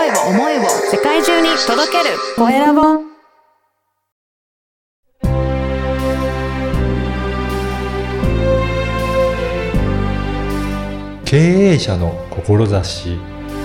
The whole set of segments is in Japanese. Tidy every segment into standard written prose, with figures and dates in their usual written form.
声を世界中に届けるコエラボ。 経営者の志。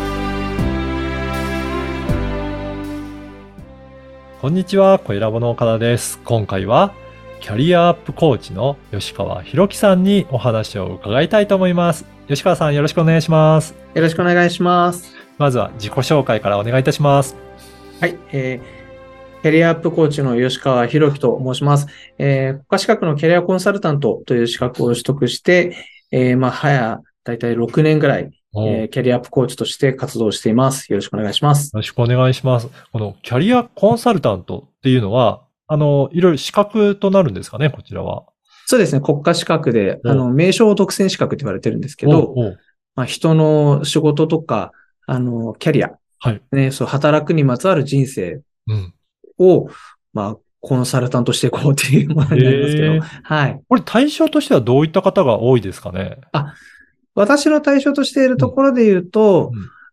こんにちは、コエラボの岡田です。今回はキャリアアップコーチの吉川博樹さんにお話を伺いたいと思います。吉川さん、よろしくお願いします。 よろしくお願いします。 まずは自己紹介からお願いいたします。 はい、キャリアアップコーチの吉川博樹と申します。国家資格のキャリアコンサルタントという資格を取得して、だいたい6年ぐらい、キャリアアップコーチとして活動しています。よろしくお願いします。 よろしくお願いします。このキャリアコンサルタントっていうのは、いろいろ資格となるんですかね、こちらは。 そうですね、国家資格で、名称独占資格って言われてるんですけど、人の仕事とか、キャリア、ね、そう、働くにまつわる人生を、コンサルタントしていこうっていうものになりますけど、はい。 これ対象としてはどういった方が多いですかね？ 私の対象としているところで言うと、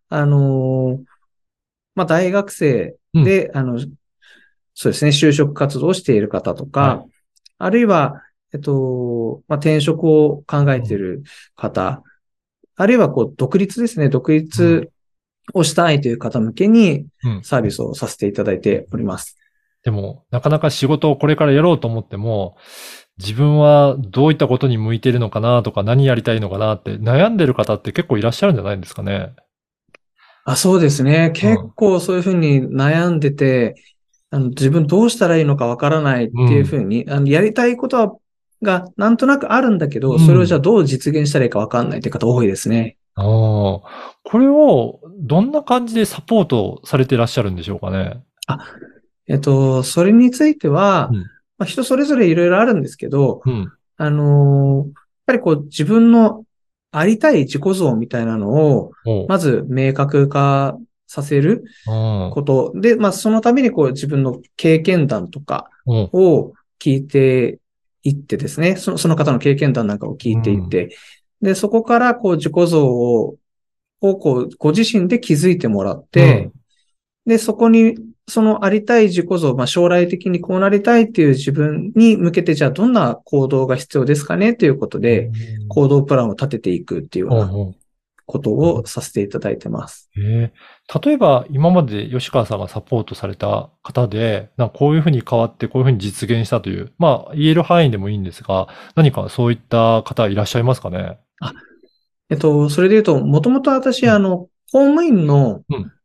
大学生で、そうですね、就職活動をしている方とか、あるいは、転職を考えている方、あるいは独立ですね、独立をしたいという方向けにサービスをさせていただいております。 でも、なかなか仕事をこれからやろうと思っても、自分はどういったことに向いているのかなとか、何やりたいのかなって悩んでる方って結構いらっしゃるんじゃないですかね。 そうですね。結構そういうふうに悩んでて、自分どうしたらいいのかわからないっていうふうに、やりたいことがなんとなくあるんだけど、それをじゃあどう実現したらいいかわかんないっていう方多いですね。 これをどんな感じでサポートされていらっしゃるんでしょうかね。 それについては、人それぞれいろいろあるんですけど、やっぱり自分のありたい自己像みたいなのを、まず明確化させることで、そのために自分の経験談とかを聞いていってですね、その方の経験談なんかを聞いていって、で、そこから自己像をご自身で気づいてもらって、で、そこに、そのありたい自己像、将来的にこうなりたいっていう自分に向けて、じゃあどんな行動が必要ですかねということで、行動プランを立てていくっていうようなことをさせていただいてます。 例えば、今まで吉川さんがサポートされた方で、こういうふうに変わって、こういうふうに実現したという、言える範囲でもいいんですが、何かそういった方いらっしゃいますかね？ それで言うと、もともと私、公務員の、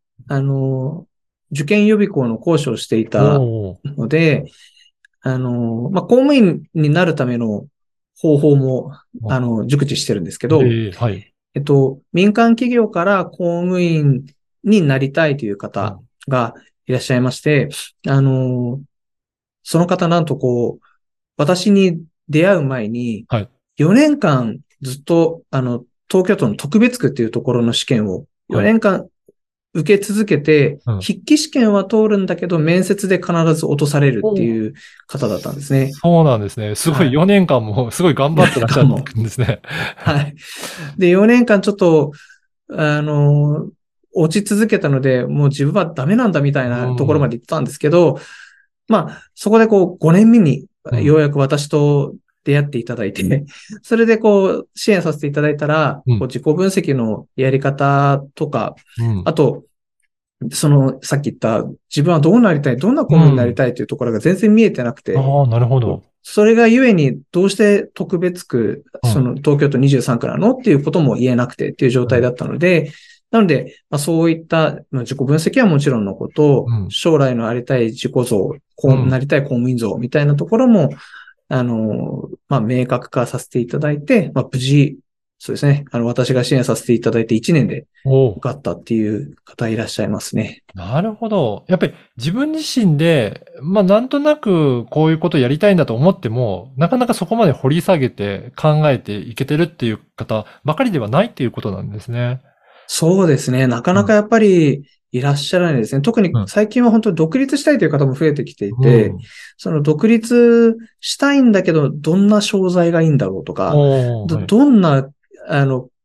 受験予備校の講師をしていたので、公務員になるための方法も、熟知してるんですけど、民間企業から公務員になりたいという方がいらっしゃいまして、その方なんと私に出会う前に、4年間ずっと、東京都の特別区っていうところの試験を4年間受け続けて、筆記試験は通るんだけど、面接で必ず落とされるっていう方だったんですね。 そうなんですね。すごい4年間もすごい頑張ってらっしゃるんですね。 はい。で、4年間ちょっと、落ち続けたので、もう自分はダメなんだみたいなところまで行ったんですけど、そこで5年目にようやく私と出会っていただいて、それで支援させていただいたら、自己分析のやり方とか、あと、さっき言った自分はどうなりたい、どんな公務員になりたいというところが全然見えてなくて、 なるほど。 それがゆえにどうして特別区、東京都23区なのっていうことも言えなくてっていう状態だったので、なので、そういった自己分析はもちろんのこと、将来のありたい自己像、なりたい公務員像みたいなところも、明確化させていただいて、無事、そうですね。私が支援させていただいて1年で受かったっていう方いらっしゃいますね。 なるほど。やっぱり自分自身で、なんとなくこういうことをやりたいんだと思っても、なかなかそこまで掘り下げて考えていけてるっていう方ばかりではないっていうことなんですね。 そうですね。なかなかやっぱりいらっしゃらないですね。特に最近は本当に独立したいという方も増えてきていて、その独立したいんだけど、どんな商材がいいんだろうとか、どんな、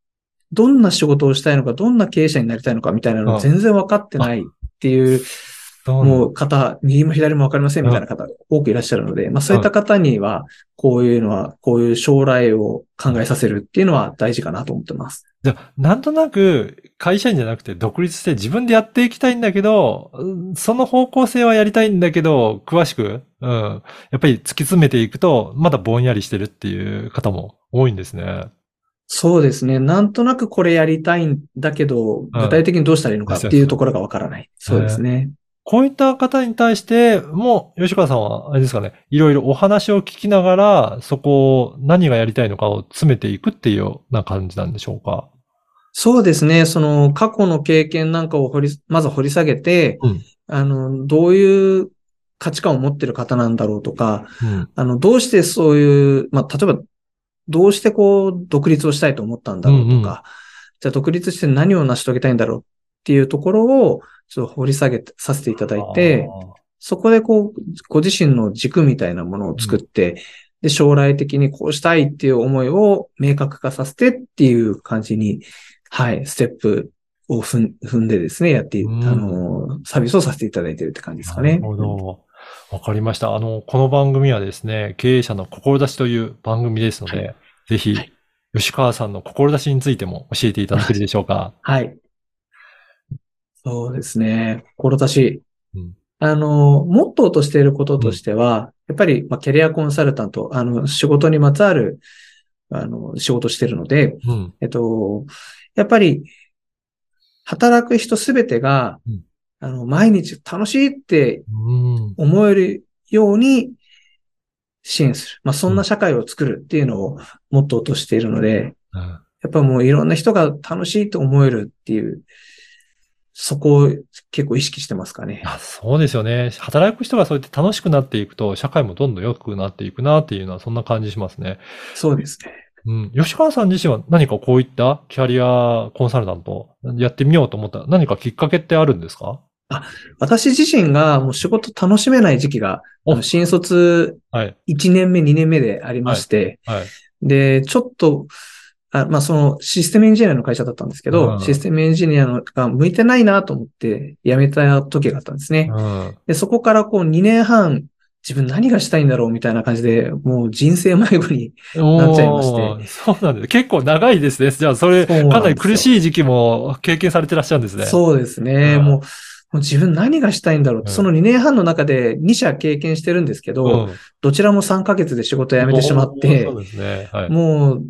どんな仕事をしたいのか、どんな経営者になりたいのかみたいなの全然分かってないっていう、もう方、右も左も分かりませんみたいな方多くいらっしゃるので、そういった方には、こういう将来を考えさせるっていうのは大事かなと思ってます。 じゃあ、なんとなく会社員じゃなくて独立して自分でやっていきたいんだけど、その方向性はやりたいんだけど、詳しく、やっぱり突き詰めていくと、まだぼんやりしてるっていう方も多いんですね。 そうですね。なんとなくこれやりたいんだけど、具体的にどうしたらいいのかっていうところがわからない。そうですね。 こういった方に対して、もう、吉川さんは、あれですかね、いろいろお話を聞きながら、そこを何がやりたいのかを詰めていくっていうような感じなんでしょうか。 そうですね。その過去の経験なんかをまず掘り下げて、どういう価値観を持っている方なんだろうとか、どうしてそういう、例えば、どうして独立をしたいと思ったんだろうとか、じゃあ独立して何を成し遂げたいんだろうっていうところを、ちょっと掘り下げさせていただいて、そこでご自身の軸みたいなものを作って、で、将来的にこうしたいっていう思いを明確化させてっていう感じに、ステップを踏んでですね、サービスをさせていただいているって感じですかね。 なるほど。わかりました。この番組はですね、経営者の志という番組ですので、ぜひ、吉川さんの志についても教えていただけるでしょうか。 はい。そうですね。志。モットーとしていることとしては、やっぱり、キャリアコンサルタント、仕事にまつわる、仕事しているので、やっぱり、働く人すべてが、毎日楽しいって思えるように支援する。そんな社会を作るっていうのをモットーとしているので、やっぱもういろんな人が楽しいと思えるっていう、そこを結構意識してますかね。 そうですよね。働く人がそうやって楽しくなっていくと、社会もどんどん良くなっていくなっていうのは、そんな感じしますね。 そうですね。 吉川さん自身は何かこういったキャリアコンサルタントやってみようと思った何かきっかけってあるんですか？ 私自身がもう仕事楽しめない時期が、新卒1年目、2年目でありまして、で、ちょっと、そのシステムエンジニアの会社だったんですけど、システムエンジニアが向いてないなと思って辞めた時があったんですね。で、そこから2年半、自分何がしたいんだろうみたいな感じで、もう人生迷子になっちゃいまして。 そうなんです。結構長いですね。じゃあ、それ、かなり苦しい時期も経験されてらっしゃるんですね。 そうですね。もう自分何がしたいんだろう、その2年半の中で2社経験してるんですけど、どちらも3ヶ月で仕事辞めてしまって、もう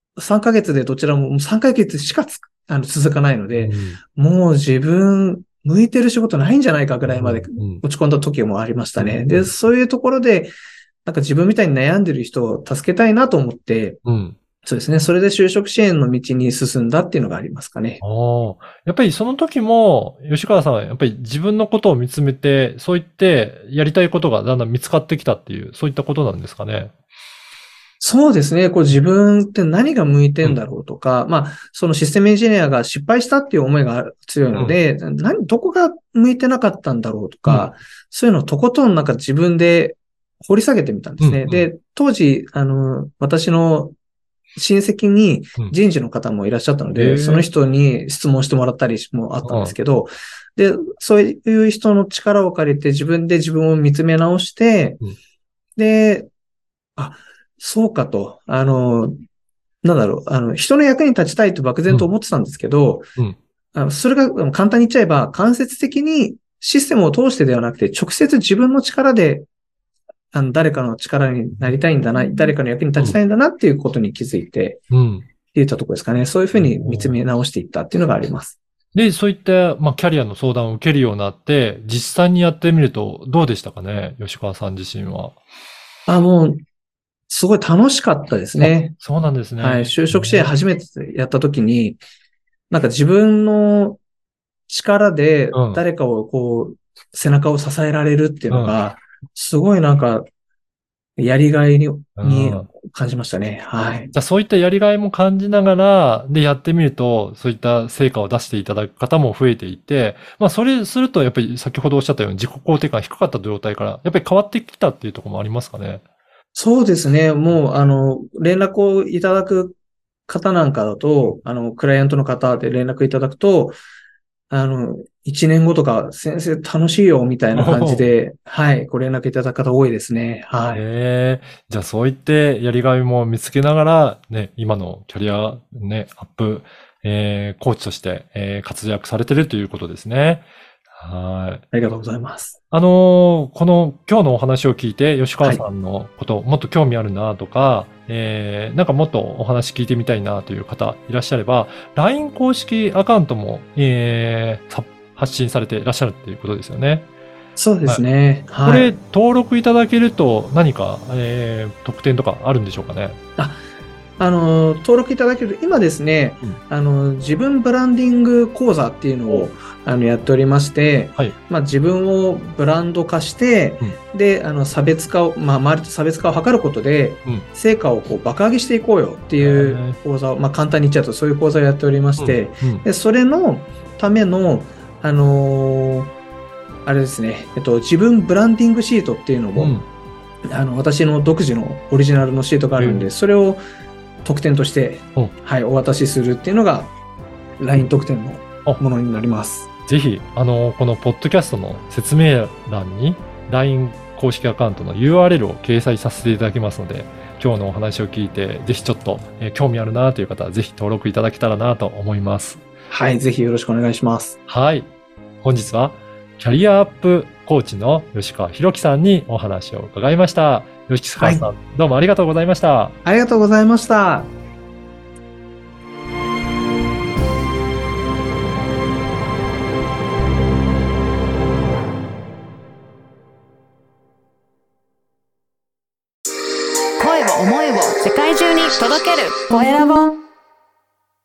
3ヶ月でどちらも3ヶ月しか続かないので、もう自分向いてる仕事ないんじゃないかぐらいまで落ち込んだ時もありましたね。で、そういうところで、なんか自分みたいに悩んでる人を助けたいなと思って、そうですね。それで就職支援の道に進んだっていうのがありますかね。 やっぱりその時も、吉川さんはやっぱり自分のことを見つめて、そう言ってやりたいことがだんだん見つかってきたっていう、そういったことなんですかね。 そうですね。自分って何が向いてんだろうとか、そのシステムエンジニアが失敗したっていう思いが強いので、どこが向いてなかったんだろうとか、そういうのをとことんなんか自分で掘り下げてみたんですね。で、当時、私の親戚に人事の方もいらっしゃったので、その人に質問してもらったりもあったんですけど、で、そういう人の力を借りて自分を見つめ直して、で、そうかと、人の役に立ちたいと漠然と思ってたんですけど、それが簡単に言っちゃえば、間接的にシステムを通してではなくて、直接自分の力で、誰かの力になりたいんだな、誰かの役に立ちたいんだなっていうことに気づいて、っていったところですかね。そういうふうに見つめ直していったっていうのがあります。 で、そういった、キャリアの相談を受けるようになって、実際にやってみるとどうでしたかね、吉川さん自身は。 もう、すごい楽しかったですね。 そうなんですね。 はい。就職支援初めてやった時に、なんか自分の力で誰かを背中を支えられるっていうのが、すごいなんか、やりがいに感じましたね。はい。 じゃあそういったやりがいも感じながら、で、やってみると、そういった成果を出していただく方も増えていて、それすると、やっぱり先ほどおっしゃったように自己肯定感低かった状態から、やっぱり変わってきたっていうところもありますかね。 そうですね。もう、連絡をいただく方なんかだと、クライアントの方で連絡いただくと、1年後とか先生楽しいよみたいな感じで、はい、ご連絡いただく方多いですね。はい。 じゃあそう言ってやりがいも見つけながら、ね、今のキャリアね、アップ、コーチとして、活躍されてるということですね。はい。 ありがとうございます。 この今日のお話を聞いて、吉川さんのこと、もっと興味あるなとか、なんかもっとお話聞いてみたいなという方いらっしゃれば、LINE 公式アカウントも、発信されていらっしゃるっていうことですよね。 そうですね。 はい。これ、登録いただけると何か、特典とかあるんでしょうかね。 登録いただけると、今ですね、自分ブランディング講座っていうのを、やっておりまして、はい、自分をブランド化して、で、差別化を、周りと差別化を図ることで、成果をこう爆上げしていこうよっていう講座を、簡単に言っちゃうとそういう講座をやっておりまして、でそれのための、あれですね、自分ブランディングシートっていうのも、私の独自のオリジナルのシートがあるんで、それを特典として、はい、お渡しするっていうのが LINE 特典のものになります。 ぜひ、このポッドキャストの説明欄に LINE 公式アカウントの URL を掲載させていただきますので、今日のお話を聞いて、ぜひちょっと、興味あるなという方は、ぜひ登録いただけたらなと思います。 はい、ぜひよろしくお願いします。 はい。本日は、キャリアアップコーチの吉川博樹さんにお話を伺いました。吉川さん、どうもありがとうございました。 ありがとうございました。 声を思いを世界中に届けるコエラボ。